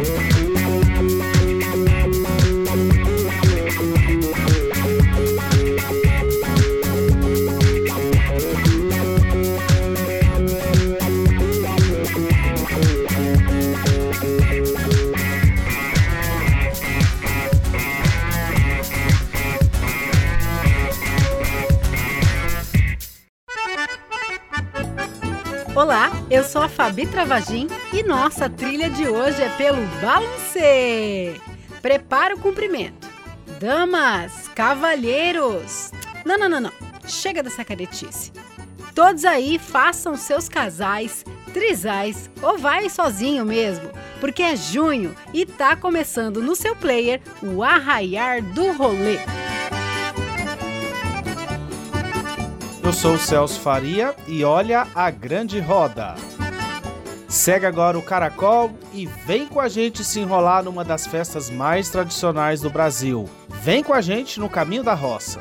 Olá, eu sou a Fabi Travagin e nossa trilha de hoje é pelo Balancê. Prepara o cumprimento. Damas, cavalheiros. Não. Chega dessa caretice. Todos aí façam seus casais, trisais ou vai sozinho mesmo, porque é junho e tá começando no seu player o Arraiar do Rolê. Eu sou o Celso Faria e olha a grande roda. Segue agora o caracol e vem com a gente se enrolar numa das festas mais tradicionais do Brasil. Vem com a gente no caminho da roça.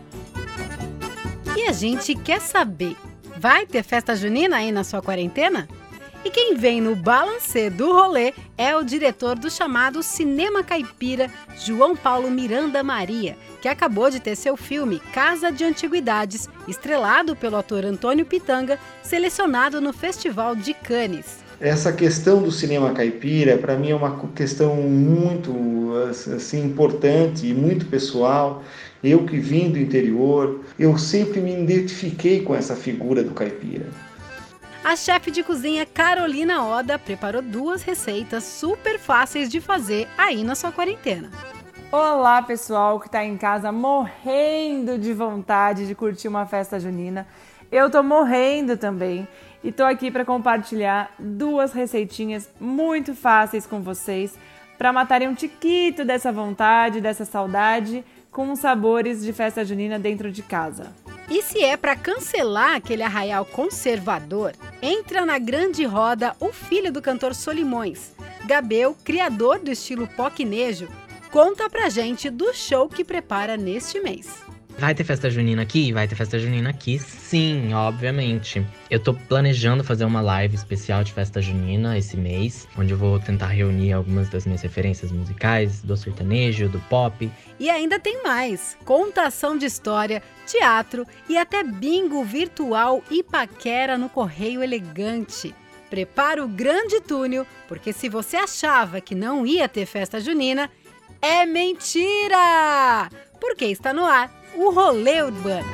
E a gente quer saber, vai ter festa junina aí na sua quarentena? E quem vem no Balancê do Rolê é o diretor do chamado Cinema Caipira, João Paulo Miranda Maria, que acabou de ter seu filme Casa de Antiguidades, estrelado pelo ator Antônio Pitanga, selecionado no Festival de Cannes. Essa questão do cinema caipira, para mim, é uma questão muito assim, importante e muito pessoal. Eu que vim do interior, eu sempre me identifiquei com essa figura do caipira. A chefe de cozinha Carolina Oda preparou 2 receitas super fáceis de fazer aí na sua quarentena. Olá, pessoal que está em casa morrendo de vontade de curtir uma festa junina. Eu tô morrendo também e tô aqui para compartilhar 2 receitinhas muito fáceis com vocês para matarem um tiquito dessa vontade, dessa saudade, com os sabores de festa junina dentro de casa. E se é para cancelar aquele arraial conservador, entra na grande roda o filho do cantor Solimões. Gabel, criador do estilo poquinejo, conta pra gente do show que prepara neste mês. Vai ter festa junina aqui? Vai ter festa junina aqui, sim, obviamente. Eu tô planejando fazer uma live especial de festa junina esse mês, onde eu vou tentar reunir algumas das minhas referências musicais, do sertanejo, do pop. E ainda tem mais, contação de história, teatro e até bingo virtual e paquera no Correio Elegante. Prepara o grande túnel, porque se você achava que não ia ter festa junina, é mentira! Porque está no ar o Rolê Urbano.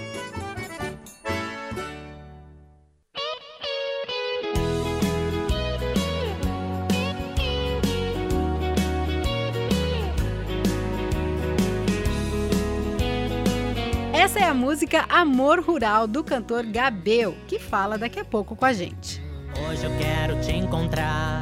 Essa é a música Amor Rural do cantor Gabel, que fala daqui a pouco com a gente. Hoje eu quero te encontrar.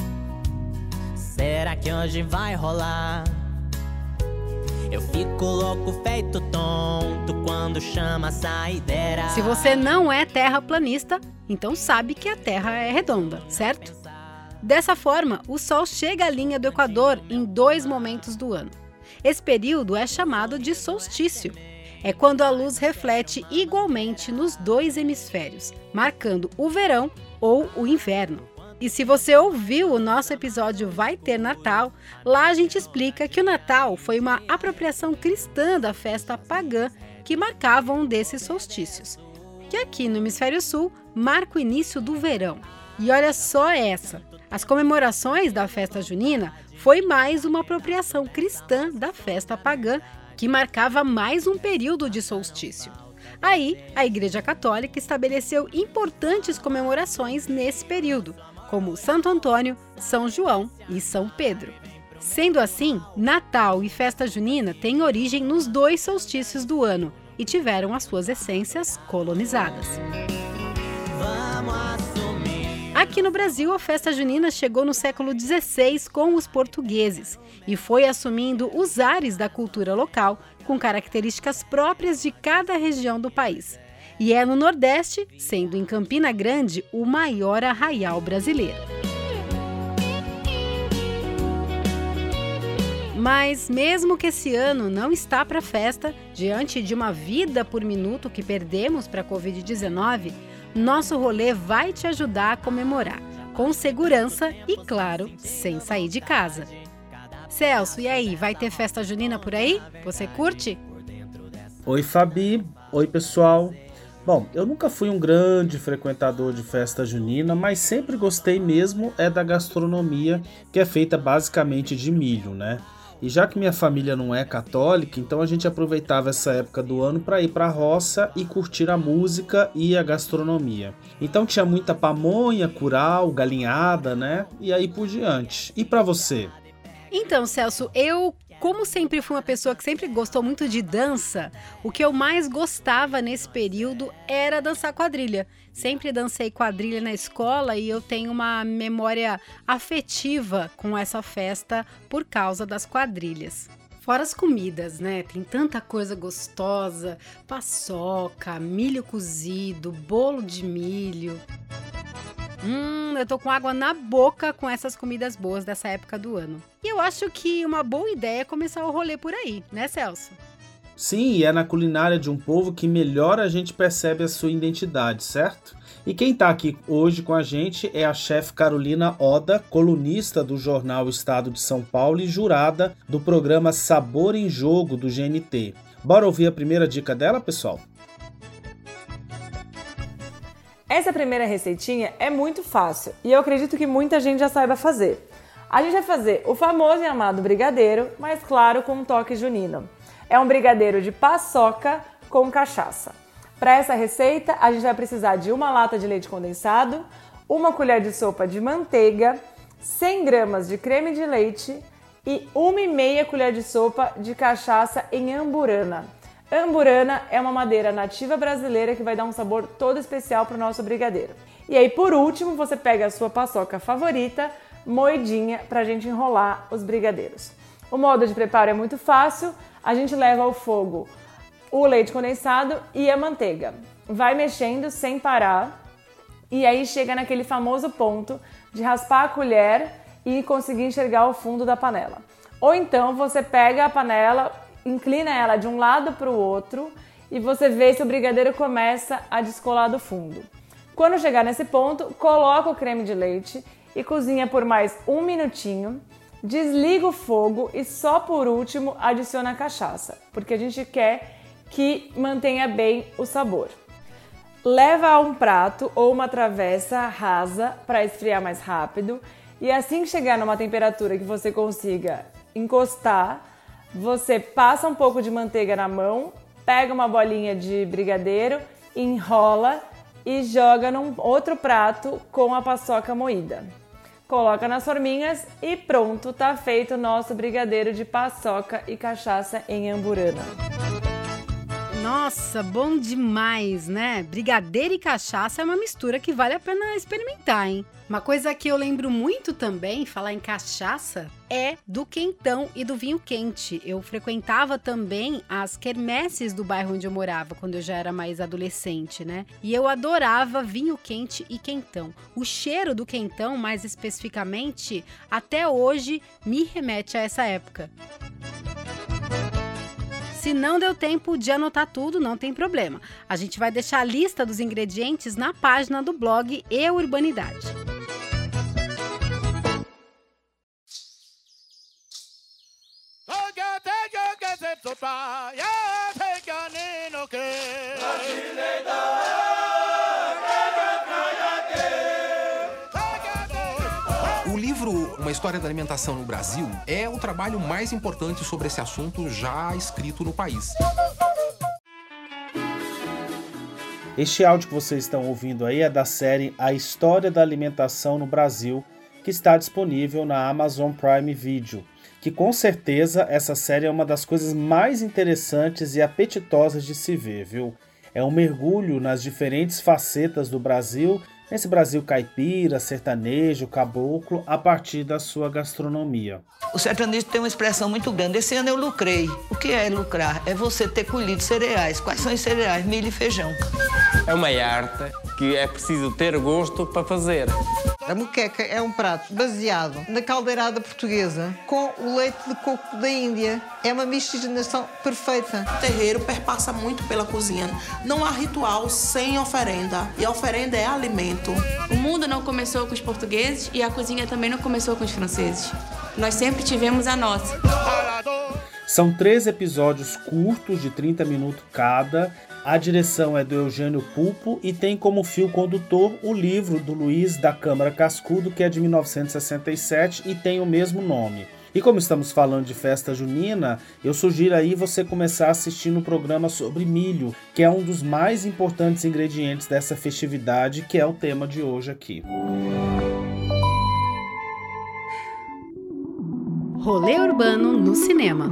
Será que hoje vai rolar? Eu fico louco, feito tonto, quando chama a saideira. Se você não é terraplanista, então sabe que a Terra é redonda, certo? Dessa forma, o Sol chega à linha do Equador em 2 momentos do ano. Esse período é chamado de solstício. É quando a luz reflete igualmente nos 2 hemisférios, marcando o verão ou o inverno. E se você ouviu o nosso episódio Vai Ter Natal, lá a gente explica que o Natal foi uma apropriação cristã da festa pagã que marcava um desses solstícios, que aqui no Hemisfério Sul marca o início do verão. E olha só essa, as comemorações da festa junina foi mais uma apropriação cristã da festa pagã que marcava mais um período de solstício. Aí, a Igreja Católica estabeleceu importantes comemorações nesse período, como Santo Antônio, São João e São Pedro. Sendo assim, Natal e festa junina têm origem nos 2 solstícios do ano e tiveram as suas essências colonizadas. Aqui no Brasil, a festa junina chegou no século XVI com os portugueses e foi assumindo os ares da cultura local, com características próprias de cada região do país. E é no Nordeste, sendo em Campina Grande, o maior arraial brasileiro. Mas mesmo que esse ano não está para festa, diante de uma vida por minuto que perdemos para a Covid-19, nosso rolê vai te ajudar a comemorar, com segurança e, claro, sem sair de casa. Celso, e aí, vai ter festa junina por aí? Você curte? Oi, Fabi. Oi, pessoal. Bom, eu nunca fui um grande frequentador de festa junina, mas sempre gostei mesmo da gastronomia, que é feita basicamente de milho, né? E já que minha família não é católica, então a gente aproveitava essa época do ano para ir para a roça e curtir a música e a gastronomia. Então tinha muita pamonha, curau, galinhada, né? E aí por diante. E para você? Então, Celso, como sempre fui uma pessoa que sempre gostou muito de dança, o que eu mais gostava nesse período era dançar quadrilha. Sempre dancei quadrilha na escola e eu tenho uma memória afetiva com essa festa por causa das quadrilhas. Fora as comidas, né? Tem tanta coisa gostosa, paçoca, milho cozido, bolo de milho. Eu tô com água na boca com essas comidas boas dessa época do ano. E eu acho que uma boa ideia é começar o rolê por aí, né, Celso? Sim, e é na culinária de um povo que melhor a gente percebe a sua identidade, certo? E quem tá aqui hoje com a gente é a chefe Carolina Oda, colunista do jornal Estado de São Paulo e jurada do programa Sabor em Jogo do GNT. Bora ouvir a primeira dica dela, pessoal? Essa primeira receitinha é muito fácil e eu acredito que muita gente já saiba fazer. A gente vai fazer o famoso e amado brigadeiro, mas claro, com um toque junino. É um brigadeiro de paçoca com cachaça. Para essa receita, a gente vai precisar de uma lata de leite condensado, uma colher de sopa de manteiga, 100 gramas de creme de leite e 1,5 colher de sopa de cachaça em amburana. Amburana é uma madeira nativa brasileira que vai dar um sabor todo especial para o nosso brigadeiro. E aí, por último, você pega a sua paçoca favorita, moidinha, para a gente enrolar os brigadeiros. O modo de preparo é muito fácil. A gente leva ao fogo o leite condensado e a manteiga. Vai mexendo sem parar e aí chega naquele famoso ponto de raspar a colher e conseguir enxergar o fundo da panela. Ou então você pega a panela, inclina ela de um lado para o outro e você vê se o brigadeiro começa a descolar do fundo. Quando chegar nesse ponto, coloca o creme de leite e cozinha por mais 1 minutinho, desliga o fogo e só por último adiciona a cachaça, porque a gente quer que mantenha bem o sabor. Leva a um prato ou uma travessa rasa para esfriar mais rápido e assim que chegar numa temperatura que você consiga encostar, você passa um pouco de manteiga na mão, pega uma bolinha de brigadeiro, enrola e joga num outro prato com a paçoca moída. Coloca nas forminhas e pronto, tá feito o nosso brigadeiro de paçoca e cachaça em amburana. Nossa, bom demais, né? Brigadeiro e cachaça é uma mistura que vale a pena experimentar, hein? Uma coisa que eu lembro muito também, falar em cachaça, é do quentão e do vinho quente. Eu frequentava também as quermesses do bairro onde eu morava, quando eu já era mais adolescente, né? E eu adorava vinho quente e quentão. O cheiro do quentão, mais especificamente, até hoje me remete a essa época. Se não deu tempo de anotar tudo, não tem problema. A gente vai deixar a lista dos ingredientes na página do blog E Urbanidade. O livro Uma História da Alimentação no Brasil é o trabalho mais importante sobre esse assunto já escrito no país. Este áudio que vocês estão ouvindo aí é da série A História da Alimentação no Brasil, que está disponível na Amazon Prime Video, que com certeza essa série é uma das coisas mais interessantes e apetitosas de se ver, viu? É um mergulho nas diferentes facetas do Brasil, nesse Brasil caipira, sertanejo, caboclo, a partir da sua gastronomia. O sertanejo tem uma expressão muito grande. Esse ano eu lucrei. O que é lucrar? É você ter colhido cereais. Quais são os cereais? Milho e feijão. É uma arte que é preciso ter gosto para fazer. A moqueca é um prato baseado na caldeirada portuguesa com o leite de coco da Índia. É uma miscigenação perfeita. O terreiro perpassa muito pela cozinha. Não há ritual sem oferenda. E a oferenda é alimento. O mundo não começou com os portugueses e a cozinha também não começou com os franceses. Nós sempre tivemos a nossa. São 3 episódios curtos de 30 minutos cada. A direção é do Eugênio Pulpo e tem como fio condutor o livro do Luiz da Câmara Cascudo, que é de 1967 e tem o mesmo nome. E como estamos falando de festa junina, eu sugiro aí você começar assistindo um programa sobre milho, que é um dos mais importantes ingredientes dessa festividade, que é o tema de hoje aqui. Rolê Urbano no cinema.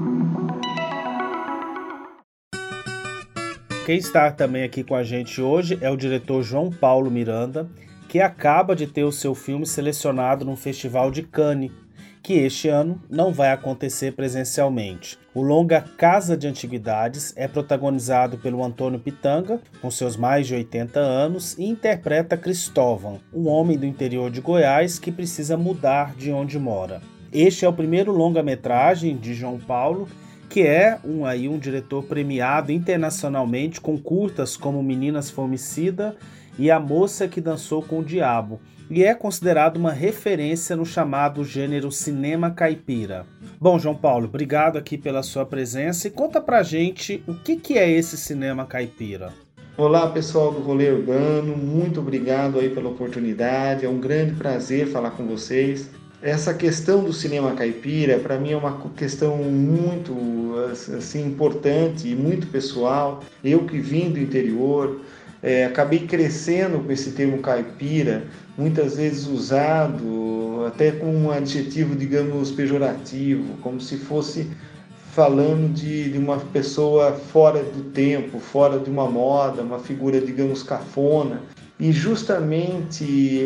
Quem está também aqui com a gente hoje é o diretor João Paulo Miranda, que acaba de ter o seu filme selecionado no Festival de Cannes, que este ano não vai acontecer presencialmente. O longa Casa de Antiguidades é protagonizado pelo Antônio Pitanga, com seus mais de 80 anos, e interpreta Cristóvão, um homem do interior de Goiás que precisa mudar de onde mora. Este é o primeiro longa-metragem de João Paulo, que é um diretor premiado internacionalmente com curtas como Meninas Fomicida e A Moça que Dançou com o Diabo, e é considerado uma referência no chamado gênero cinema caipira. Bom, João Paulo, obrigado aqui pela sua presença e conta pra gente o que é esse cinema caipira. Olá pessoal do Rolê Urbano, muito obrigado aí pela oportunidade, é um grande prazer falar com vocês. Essa questão do cinema caipira, para mim, é uma questão muito assim, importante e muito pessoal. Eu que vim do interior, acabei crescendo com esse termo caipira, muitas vezes usado até com um adjetivo, digamos, pejorativo, como se fosse falando de uma pessoa fora do tempo, fora de uma moda, uma figura, digamos, cafona. E justamente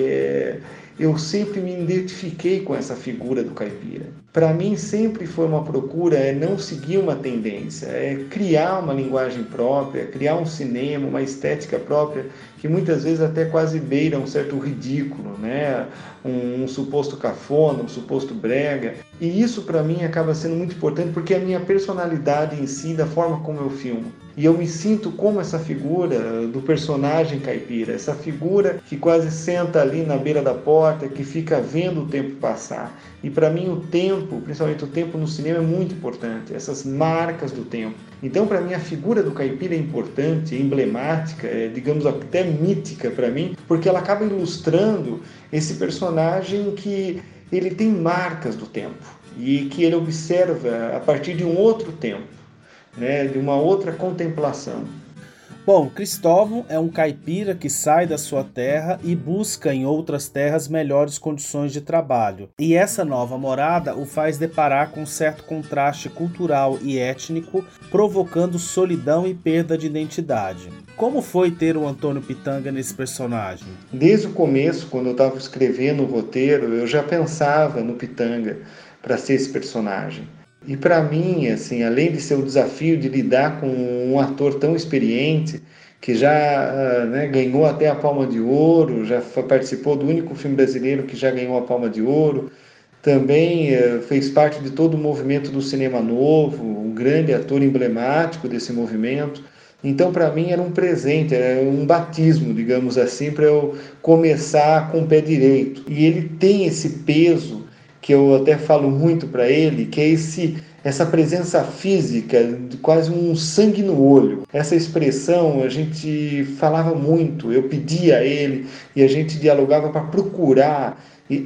eu sempre me identifiquei com essa figura do caipira. Para mim sempre foi uma procura, não seguir uma tendência, criar uma linguagem própria, criar um cinema, uma estética própria, que muitas vezes até quase beira um certo ridículo, né? Um suposto cafona, um suposto brega. E isso para mim acaba sendo muito importante porque é a minha personalidade em si, da forma como eu filmo. E eu me sinto como essa figura do personagem caipira, essa figura que quase senta ali na beira da porta, que fica vendo o tempo passar. E para mim o tempo, principalmente o tempo no cinema, é muito importante, essas marcas do tempo. Então para mim a figura do caipira é importante, é emblemática, digamos até mítica para mim, porque ela acaba ilustrando esse personagem que ele tem marcas do tempo e que ele observa a partir de um outro tempo, né, de uma outra contemplação. Bom, Cristóvão é um caipira que sai da sua terra e busca em outras terras melhores condições de trabalho. E essa nova morada o faz deparar com um certo contraste cultural e étnico, provocando solidão e perda de identidade. Como foi ter o Antônio Pitanga nesse personagem? Desde o começo, quando eu estava escrevendo o roteiro, eu já pensava no Pitanga para ser esse personagem. E para mim, assim, além de ser o desafio de lidar com um ator tão experiente, que já ganhou até a Palma de Ouro, já participou do único filme brasileiro que já ganhou a Palma de Ouro, também fez parte de todo o movimento do cinema novo, um grande ator emblemático desse movimento. Então, para mim, era um presente, era um batismo, digamos assim, para eu começar com o pé direito. E ele tem esse peso que eu até falo muito para ele, que é essa presença física, quase um sangue no olho. Essa expressão a gente falava muito, eu pedia a ele e a gente dialogava para procurar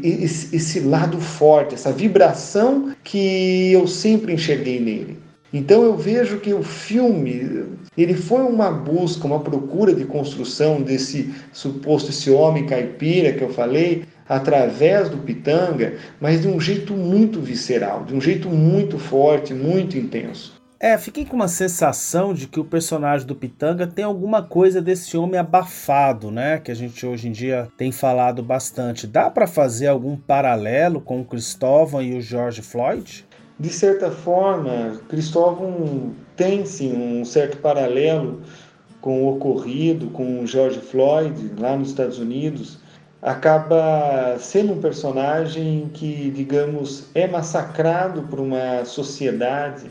esse lado forte, essa vibração que eu sempre enxerguei nele. Então eu vejo que o filme, ele foi uma busca, uma procura de construção desse suposto, esse homem caipira que eu falei, através do Pitanga, mas de um jeito muito visceral, de um jeito muito forte, muito intenso. Fiquei com uma sensação de que o personagem do Pitanga tem alguma coisa desse homem abafado, né? Que a gente hoje em dia tem falado bastante. Dá para fazer algum paralelo com o Cristóvão e o George Floyd? De certa forma, Cristóvão tem sim um certo paralelo com o ocorrido com o George Floyd lá nos Estados Unidos, acaba sendo um personagem que, digamos, é massacrado por uma sociedade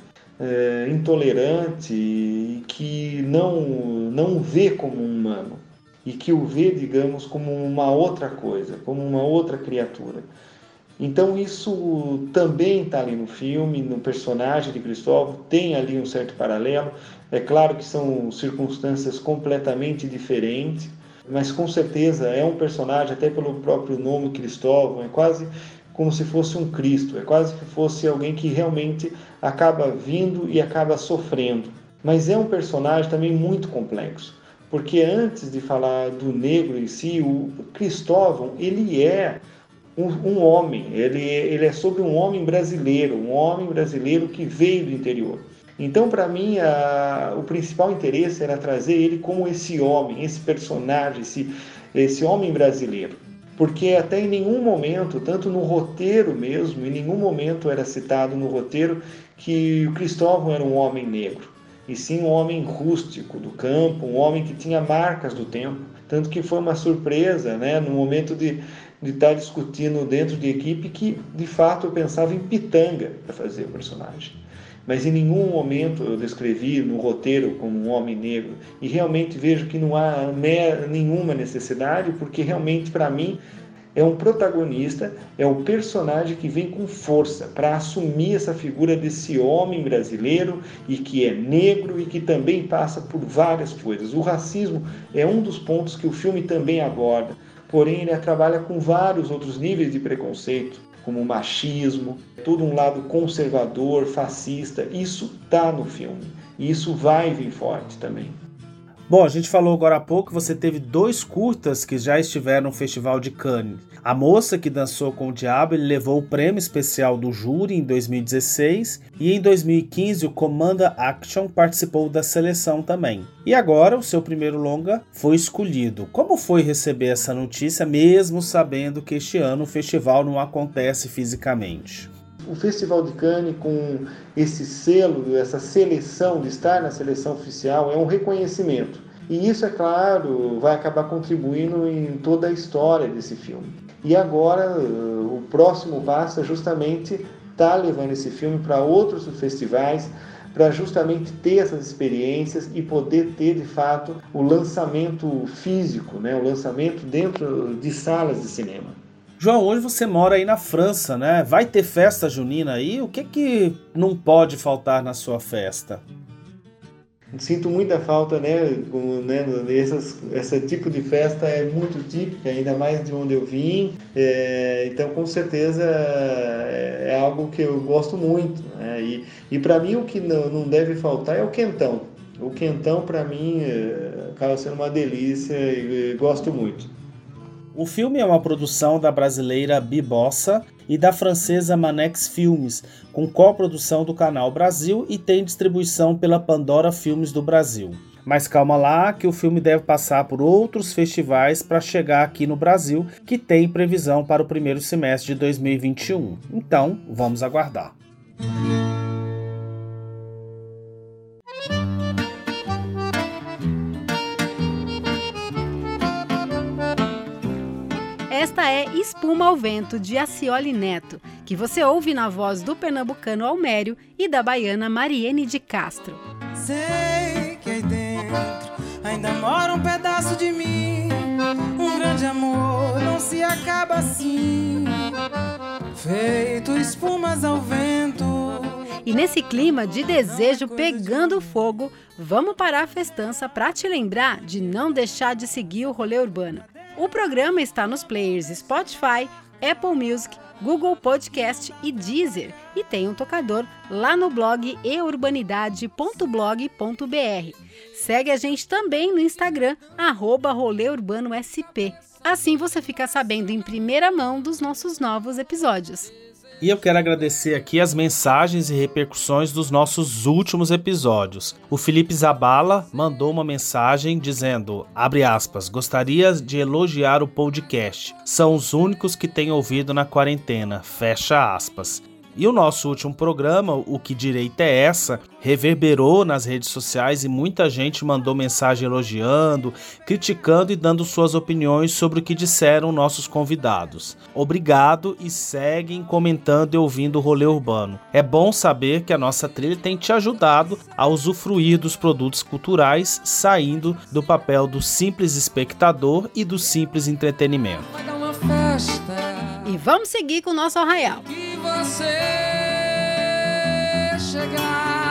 intolerante e que não o vê como um humano e que o vê, digamos, como uma outra coisa, como uma outra criatura. Então isso também está ali no filme, no personagem de Cristóvão, tem ali um certo paralelo. É claro que são circunstâncias completamente diferentes, mas com certeza é um personagem, até pelo próprio nome Cristóvão, é quase como se fosse um Cristo, é quase que fosse alguém que realmente acaba vindo e acaba sofrendo. Mas é um personagem também muito complexo, porque antes de falar do negro em si, o Cristóvão, ele é um homem, ele é sobre um homem brasileiro que veio do interior. Então, para mim, o principal interesse era trazer ele como esse homem, esse personagem, esse homem brasileiro. Porque até em nenhum momento, tanto no roteiro mesmo, em nenhum momento era citado no roteiro que o Cristóvão era um homem negro, e sim um homem rústico do campo, um homem que tinha marcas do tempo. Tanto que foi uma surpresa, né, no momento de estar discutindo dentro de equipe que, de fato, eu pensava em Pitanga para fazer o personagem. Mas em nenhum momento eu descrevi no roteiro como um homem negro. E realmente vejo que não há nenhuma necessidade, porque realmente, para mim, é um protagonista, é o personagem que vem com força para assumir essa figura desse homem brasileiro e que é negro e que também passa por várias coisas. O racismo é um dos pontos que o filme também aborda, porém ele trabalha com vários outros níveis de preconceito, como o machismo, todo um lado conservador, fascista. Isso está no filme e isso vai vir forte também. Bom, a gente falou agora há pouco que você teve 2 curtas que já estiveram no Festival de Cannes. A Moça que Dançou com o Diabo, ele levou o prêmio especial do júri em 2016 e em 2015 o Commanda Action participou da seleção também. E agora o seu primeiro longa foi escolhido. Como foi receber essa notícia, mesmo sabendo que este ano o festival não acontece fisicamente? O Festival de Cannes, com esse selo, essa seleção, de estar na seleção oficial, é um reconhecimento. E isso, é claro, vai acabar contribuindo em toda a história desse filme. E agora, o próximo passo é justamente estar levando esse filme para outros festivais, para justamente ter essas experiências e poder ter, de fato, o lançamento físico, né? O lançamento dentro de salas de cinema. João, hoje você mora aí na França, né? Vai ter festa junina aí? O que não pode faltar na sua festa? Sinto muita falta, né? Esse tipo de festa é muito típica, ainda mais de onde eu vim. Então, com certeza, é algo que eu gosto muito, né? E para mim, o que não deve faltar é o quentão. O quentão, para mim, acaba sendo uma delícia e gosto muito. O filme é uma produção da brasileira Bibossa e da francesa Manex Filmes, com coprodução do Canal Brasil e tem distribuição pela Pandora Filmes do Brasil. Mas calma lá, que o filme deve passar por outros festivais para chegar aqui no Brasil, que tem previsão para o primeiro semestre de 2021. Então, vamos aguardar. Esta é Espuma ao Vento, de Acioli Neto, que você ouve na voz do pernambucano Almério e da baiana Mariene de Castro. Sei que aí dentro ainda mora um pedaço de mim, um grande amor não se acaba assim, feito espumas ao vento. E nesse clima de desejo pegando fogo, vamos parar a festança para te lembrar de não deixar de seguir o Rolê Urbano. O programa está nos players Spotify, Apple Music, Google Podcast e Deezer e tem um tocador lá no blog eurbanidade.blog.br. Segue a gente também no Instagram, @RolêUrbanoSP. Assim você fica sabendo em primeira mão dos nossos novos episódios. E eu quero agradecer aqui as mensagens e repercussões dos nossos últimos episódios. O Felipe Zabala mandou uma mensagem dizendo, abre aspas, gostaria de elogiar o podcast. São os únicos que tenho ouvido na quarentena, fecha aspas. E o nosso último programa, O Que Direita é Essa?, reverberou nas redes sociais e muita gente mandou mensagem elogiando, criticando e dando suas opiniões sobre o que disseram nossos convidados. Obrigado e seguem comentando e ouvindo o Rolê Urbano. É bom saber que a nossa trilha tem te ajudado a usufruir dos produtos culturais, saindo do papel do simples espectador e do simples entretenimento. E vamos seguir com o nosso arraial. Que você chegar.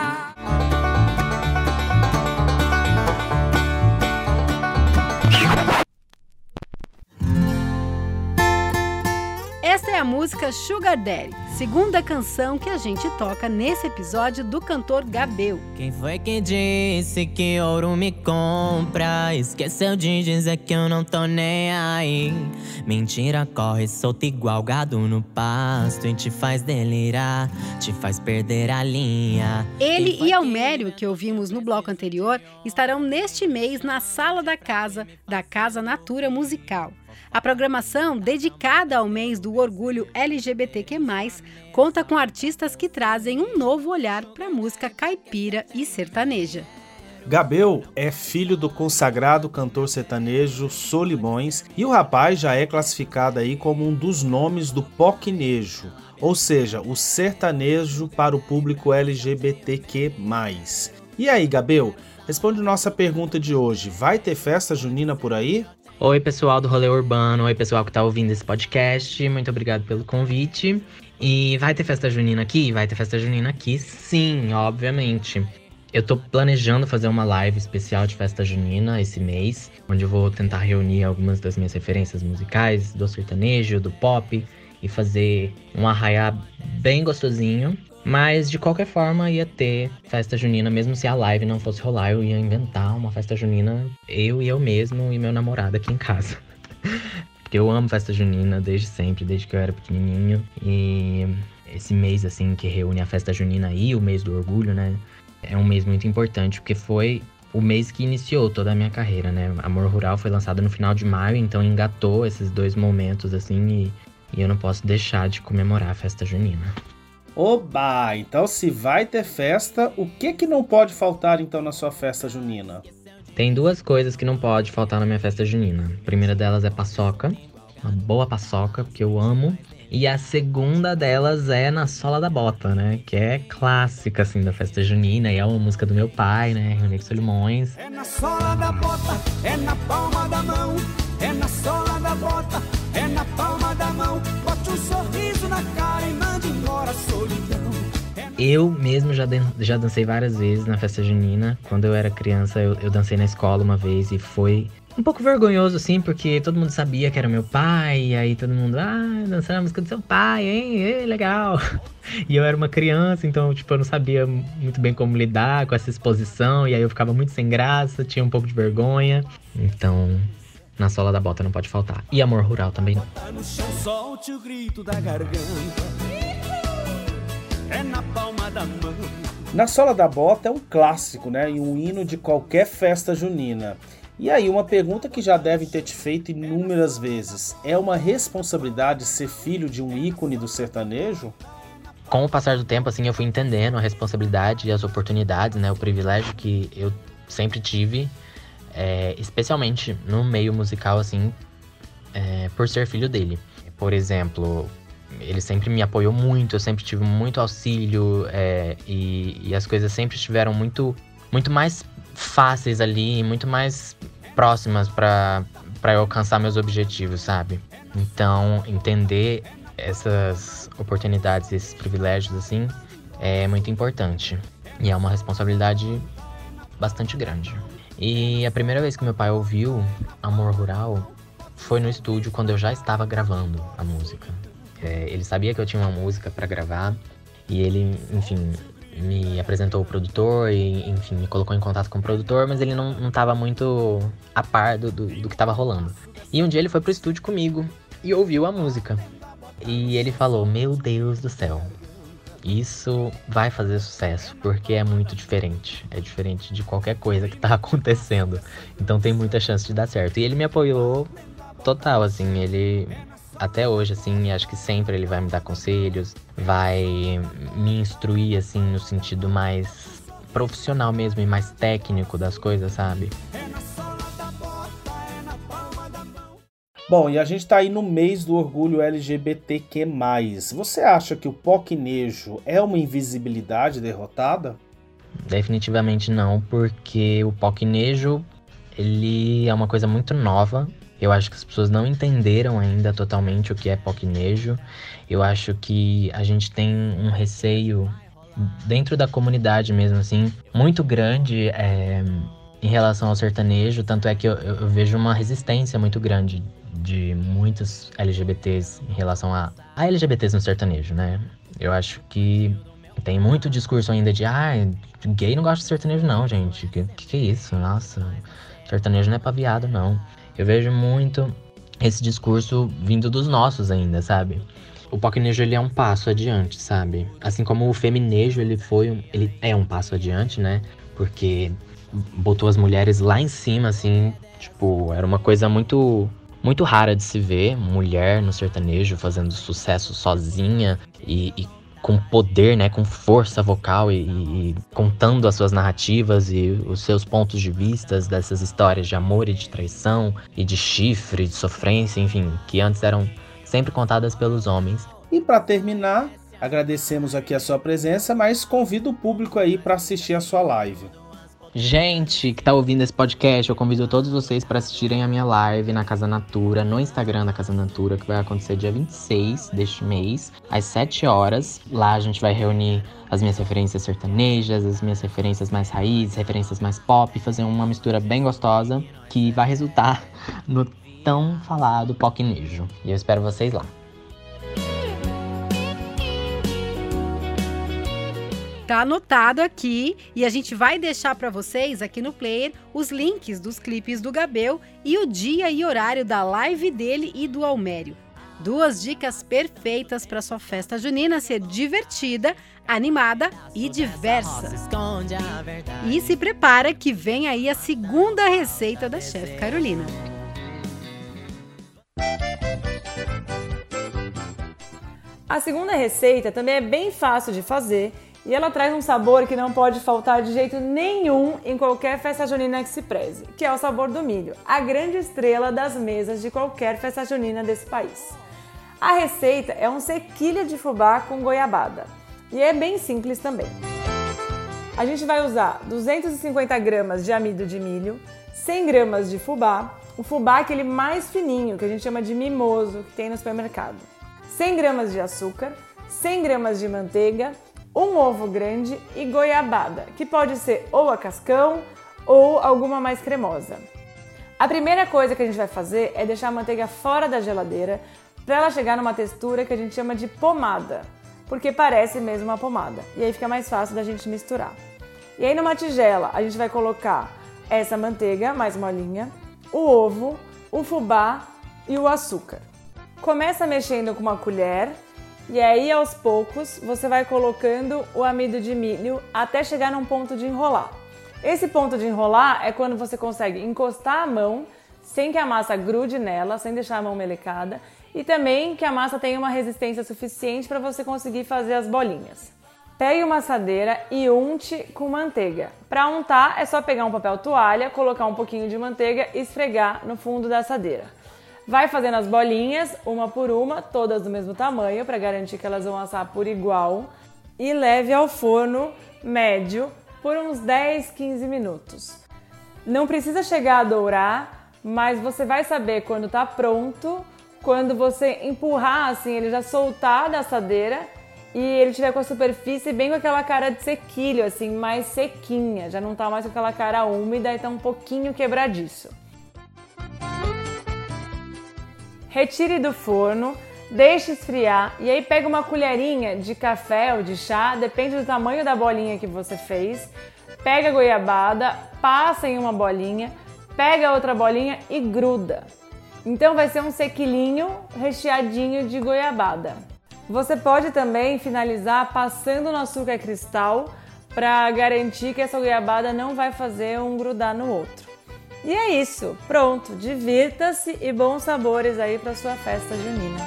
Esta é a música Sugar Daddy, segunda canção que a gente toca nesse episódio do cantor Gabel. Quem foi que disse que ouro me compra? Esqueceu de dizer que eu não tô nem aí. Mentira corre solta igual gado no pasto e te faz delirar, te faz perder a linha. Ele e Almério, que ouvimos no bloco anterior, estarão neste mês na Sala da Casa Natura Musical. A programação, dedicada ao mês do orgulho LGBTQ+, conta com artistas que trazem um novo olhar para a música caipira e sertaneja. Gabel é filho do consagrado cantor sertanejo Solimões e o rapaz já é classificado aí como um dos nomes do pocnejo, ou seja, o sertanejo para o público LGBTQ+. E aí, Gabel, responde nossa pergunta de hoje, vai ter festa junina por aí? Oi, pessoal do Rolê Urbano, oi, pessoal que tá ouvindo esse podcast, muito obrigado pelo convite. E vai ter festa junina aqui? Vai ter festa junina aqui, sim, obviamente. Eu tô planejando fazer uma live especial de festa junina esse mês, onde eu vou tentar reunir algumas das minhas referências musicais, do sertanejo, do pop, e fazer um arraiá bem gostosinho. Mas, de qualquer forma, ia ter festa junina, mesmo se a live não fosse rolar, eu ia inventar uma festa junina, eu mesmo e meu namorado aqui em casa. Porque eu amo festa junina desde sempre, desde que eu era pequenininho. E esse mês, assim, que reúne a festa junina e o mês do orgulho, né? É um mês muito importante, porque foi o mês que iniciou toda a minha carreira, né? Amor Rural foi lançado no final de maio, então engatou esses dois momentos, assim, e eu não posso deixar de comemorar a festa junina. Oba! Então se vai ter festa, o que não pode faltar então na sua festa junina? Tem duas coisas que não pode faltar na minha festa junina. A primeira delas é paçoca, uma boa paçoca, que eu amo. E a segunda delas é Na Sola da Bota, né? Que é clássica, assim, da festa junina. E é uma música do meu pai, né? René Solimões. É na sola da bota, é na palma da mão. É na sola da bota, é na palma da mão. Bote um sorriso na cara e mande embora a solidão. Eu mesmo já dancei várias vezes na festa junina. Quando eu era criança, eu dancei na escola uma vez e foi um pouco vergonhoso, assim, porque todo mundo sabia que era meu pai. E aí todo mundo, dançando a música do seu pai, hein? Legal. E eu era uma criança, então, tipo, eu não sabia muito bem como lidar com essa exposição. E aí eu ficava muito sem graça, tinha um pouco de vergonha. Então, Na Sola da Bota não pode faltar. E Amor Rural também não. No chão, solte o grito da garganta. É na palma da mão. Na Sola da Bota é um clássico, né? E um hino de qualquer festa junina. E aí, uma pergunta que já devem ter te feito inúmeras vezes. É uma responsabilidade ser filho de um ícone do sertanejo? Com o passar do tempo, assim, eu fui entendendo a responsabilidade e as oportunidades, né? O privilégio que eu sempre tive, especialmente no meio musical, assim, por ser filho dele. Por exemplo, ele sempre me apoiou muito, eu sempre tive muito auxílio, e as coisas sempre estiveram muito mais fáceis ali, muito mais próximas para eu alcançar meus objetivos, sabe? Então, entender essas oportunidades, esses privilégios, assim, é muito importante. E é uma responsabilidade bastante grande. E a primeira vez que meu pai ouviu Amor Rural foi no estúdio, quando eu já estava gravando a música. Ele sabia que eu tinha uma música para gravar e ele, enfim, me apresentou o produtor e, enfim, me colocou em contato com o produtor, mas ele não estava muito a par do que estava rolando. E um dia ele foi pro estúdio comigo e ouviu a música. E ele falou, meu Deus do céu, isso vai fazer sucesso, porque é muito diferente. É diferente de qualquer coisa que tá acontecendo. Então tem muita chance de dar certo. E ele me apoiou total, assim, ele até hoje, assim, e acho que sempre ele vai me dar conselhos, vai me instruir, assim, no sentido mais profissional mesmo e mais técnico das coisas, sabe? Bom, e a gente tá aí no mês do orgulho LGBTQ+. Você acha que o poquinejo é uma invisibilidade derrotada? Definitivamente não, porque o poquinejo, ele é uma coisa muito nova. Eu acho que as pessoas não entenderam ainda totalmente o que é poquinejo. Eu acho que a gente tem um receio dentro da comunidade mesmo, assim, muito grande em relação ao sertanejo. Tanto é que eu vejo uma resistência muito grande de muitos LGBTs em relação a LGBTs no sertanejo, né? Eu acho que tem muito discurso ainda de gay não gosta de sertanejo não, gente. Que é isso? Nossa, sertanejo não é pra viado, não. Eu vejo muito esse discurso vindo dos nossos ainda, sabe? O poquinejo, ele é um passo adiante, sabe? Assim como o feminejo, ele é um passo adiante, né? Porque botou as mulheres lá em cima, assim, tipo, era uma coisa muito rara de se ver, mulher no sertanejo fazendo sucesso sozinha e com poder, né, com força vocal e contando as suas narrativas e os seus pontos de vista dessas histórias de amor e de traição e de chifre, de sofrência, enfim, que antes eram sempre contadas pelos homens. E para terminar, agradecemos aqui a sua presença, mas convido o público aí para assistir a sua live. Gente que tá ouvindo esse podcast, eu convido todos vocês para assistirem a minha live na Casa Natura, no Instagram da Casa Natura, que vai acontecer dia 26 deste mês, às 7 horas. Lá a gente vai reunir as minhas referências sertanejas, as minhas referências mais raiz, referências mais pop, fazer uma mistura bem gostosa, que vai resultar no tão falado poquinejo. E eu espero vocês lá. Tá anotado aqui e a gente vai deixar para vocês aqui no player os links dos clipes do Gabel e o dia e horário da live dele e do Almério. 2 dicas perfeitas para sua festa junina ser divertida, animada e diversa. E se prepara que vem aí a segunda receita da chefe Carolina. A segunda receita também é bem fácil de fazer e ela traz um sabor que não pode faltar de jeito nenhum em qualquer festa junina que se preze, que é o sabor do milho, a grande estrela das mesas de qualquer festa junina desse país. A receita é um sequilho de fubá com goiabada e é bem simples também. A gente vai usar 250 gramas de amido de milho, 100 gramas de fubá, o fubá aquele mais fininho, que a gente chama de mimoso, que tem no supermercado, 100 gramas de açúcar, 100 gramas de manteiga, um ovo grande e goiabada, que pode ser ou a cascão ou alguma mais cremosa. A primeira coisa que a gente vai fazer é deixar a manteiga fora da geladeira para ela chegar numa textura que a gente chama de pomada, porque parece mesmo uma pomada, e aí fica mais fácil da gente misturar. E aí numa tigela a gente vai colocar essa manteiga mais molinha, o ovo, o fubá e o açúcar. Começa mexendo com uma colher e aí aos poucos você vai colocando o amido de milho até chegar num ponto de enrolar. Esse ponto de enrolar é quando você consegue encostar a mão sem que a massa grude nela, sem deixar a mão melecada, e também que a massa tenha uma resistência suficiente para você conseguir fazer as bolinhas. Pegue uma assadeira e unte com manteiga. Para untar é só pegar um papel toalha, colocar um pouquinho de manteiga e esfregar no fundo da assadeira. Vai fazendo as bolinhas, uma por uma, todas do mesmo tamanho, para garantir que elas vão assar por igual. E leve ao forno médio por uns 10, 15 minutos. Não precisa chegar a dourar, mas você vai saber quando está pronto, quando você empurrar assim, ele já soltar da assadeira e ele tiver com a superfície bem com aquela cara de sequilho, assim, mais sequinha. Já não está mais com aquela cara úmida e está um pouquinho quebradiço. Retire do forno, deixe esfriar e aí pega uma colherinha de café ou de chá, depende do tamanho da bolinha que você fez. Pega a goiabada, passa em uma bolinha, pega outra bolinha e gruda. Então vai ser um sequilinho recheadinho de goiabada. Você pode também finalizar passando no açúcar cristal para garantir que essa goiabada não vai fazer um grudar no outro. E é isso, pronto, divirta-se e bons sabores aí para sua festa junina.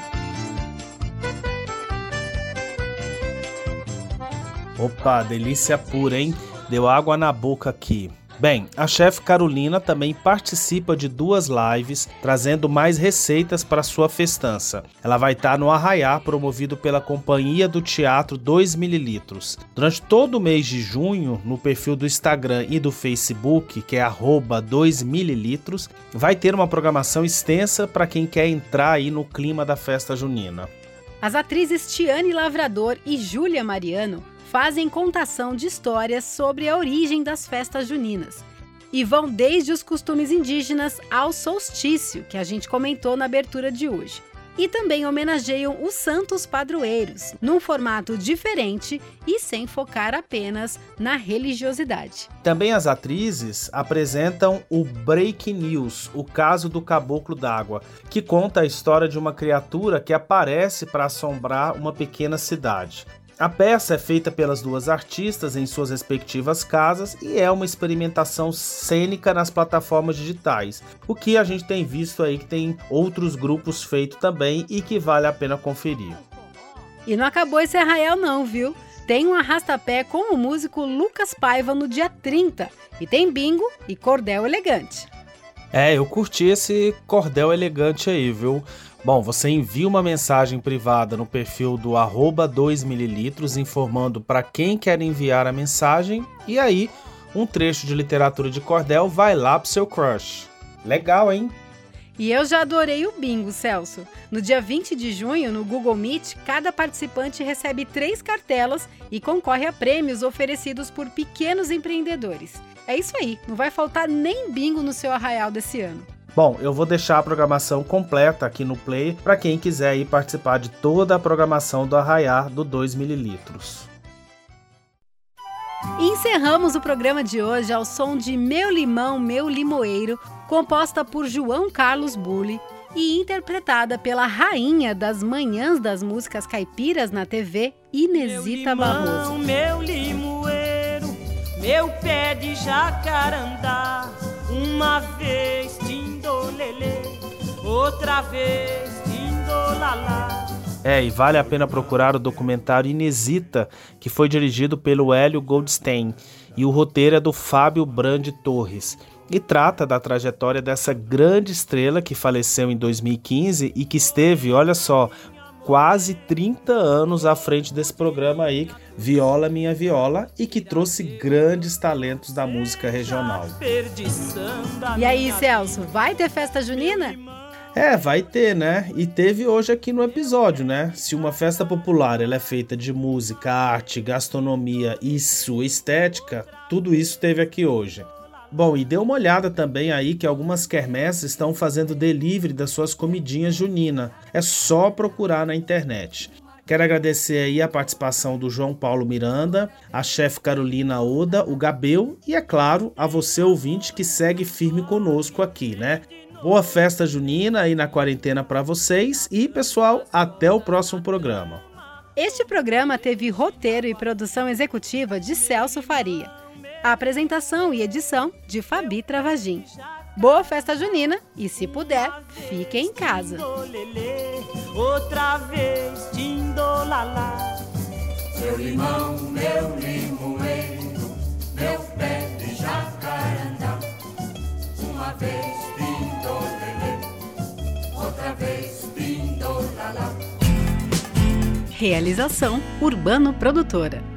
Opa, delícia pura, hein? Deu água na boca aqui. Bem, a chefe Carolina também participa de 2 lives, trazendo mais receitas para sua festança. Ela vai estar no Arraiá, promovido pela Companhia do Teatro 2ml. Durante todo o mês de junho, no perfil do Instagram e do Facebook, que é @2ml, vai ter uma programação extensa para quem quer entrar aí no clima da festa junina. As atrizes Tiane Lavrador e Júlia Mariano fazem contação de histórias sobre a origem das festas juninas e vão desde os costumes indígenas ao solstício, que a gente comentou na abertura de hoje. E também homenageiam os santos padroeiros, num formato diferente e sem focar apenas na religiosidade. Também as atrizes apresentam o Break News, o caso do Caboclo d'Água, que conta a história de uma criatura que aparece para assombrar uma pequena cidade. A peça é feita pelas 2 artistas em suas respectivas casas e é uma experimentação cênica nas plataformas digitais, o que a gente tem visto aí que tem outros grupos feitos também e que vale a pena conferir. E não acabou esse arraial não, viu? Tem um arrastapé com o músico Lucas Paiva no dia 30 e tem bingo e cordel elegante. Eu curti esse cordel elegante aí, viu? Bom, você envia uma mensagem privada no perfil do @2ml informando para quem quer enviar a mensagem e aí um trecho de literatura de cordel vai lá pro seu crush. Legal, hein? E eu já adorei o bingo, Celso. No dia 20 de junho, no Google Meet, cada participante recebe 3 cartelas e concorre a prêmios oferecidos por pequenos empreendedores. É isso aí, não vai faltar nem bingo no seu arraial desse ano. Bom, eu vou deixar a programação completa aqui no Play para quem quiser ir participar de toda a programação do Arraiá do 2ml. E encerramos o programa de hoje ao som de Meu Limão, Meu Limoeiro, composta por João Carlos Bulli e interpretada pela rainha das manhãs das músicas caipiras na TV, Inesita Barroso. Meu limoeiro, meu pé de jacarandá, uma vez tindolelê, outra vez tindolalá. E vale a pena procurar o documentário Inesita, que foi dirigido pelo Hélio Goldstein, e o roteiro é do Fábio Brandi Torres, e trata da trajetória dessa grande estrela que faleceu em 2015 e que esteve, olha só, quase 30 anos à frente desse programa aí, Viola Minha Viola, e que trouxe grandes talentos da música regional. E aí, Celso, vai ter festa junina? Vai ter, né? E teve hoje aqui no episódio, né? Se uma festa popular ela é feita de música, arte, gastronomia e sua estética, tudo isso teve aqui hoje. Bom, e dê uma olhada também aí que algumas quermesses estão fazendo delivery das suas comidinhas junina. É só procurar na internet. Quero agradecer aí a participação do João Paulo Miranda, a chefe Carolina Oda, o Gabel e, é claro, a você ouvinte que segue firme conosco aqui, né? Boa festa junina aí na quarentena para vocês e, pessoal, até o próximo programa. Este programa teve roteiro e produção executiva de Celso Faria. A apresentação e edição de Fabi Travagin. Boa festa junina e, se puder, fique em casa. Outra vez tindolalá. Meu limão, meu limoeiro, meu pé de jacarandá. Uma vez tindolelê, outra vez tindolalá. Realização Urbano Produtora.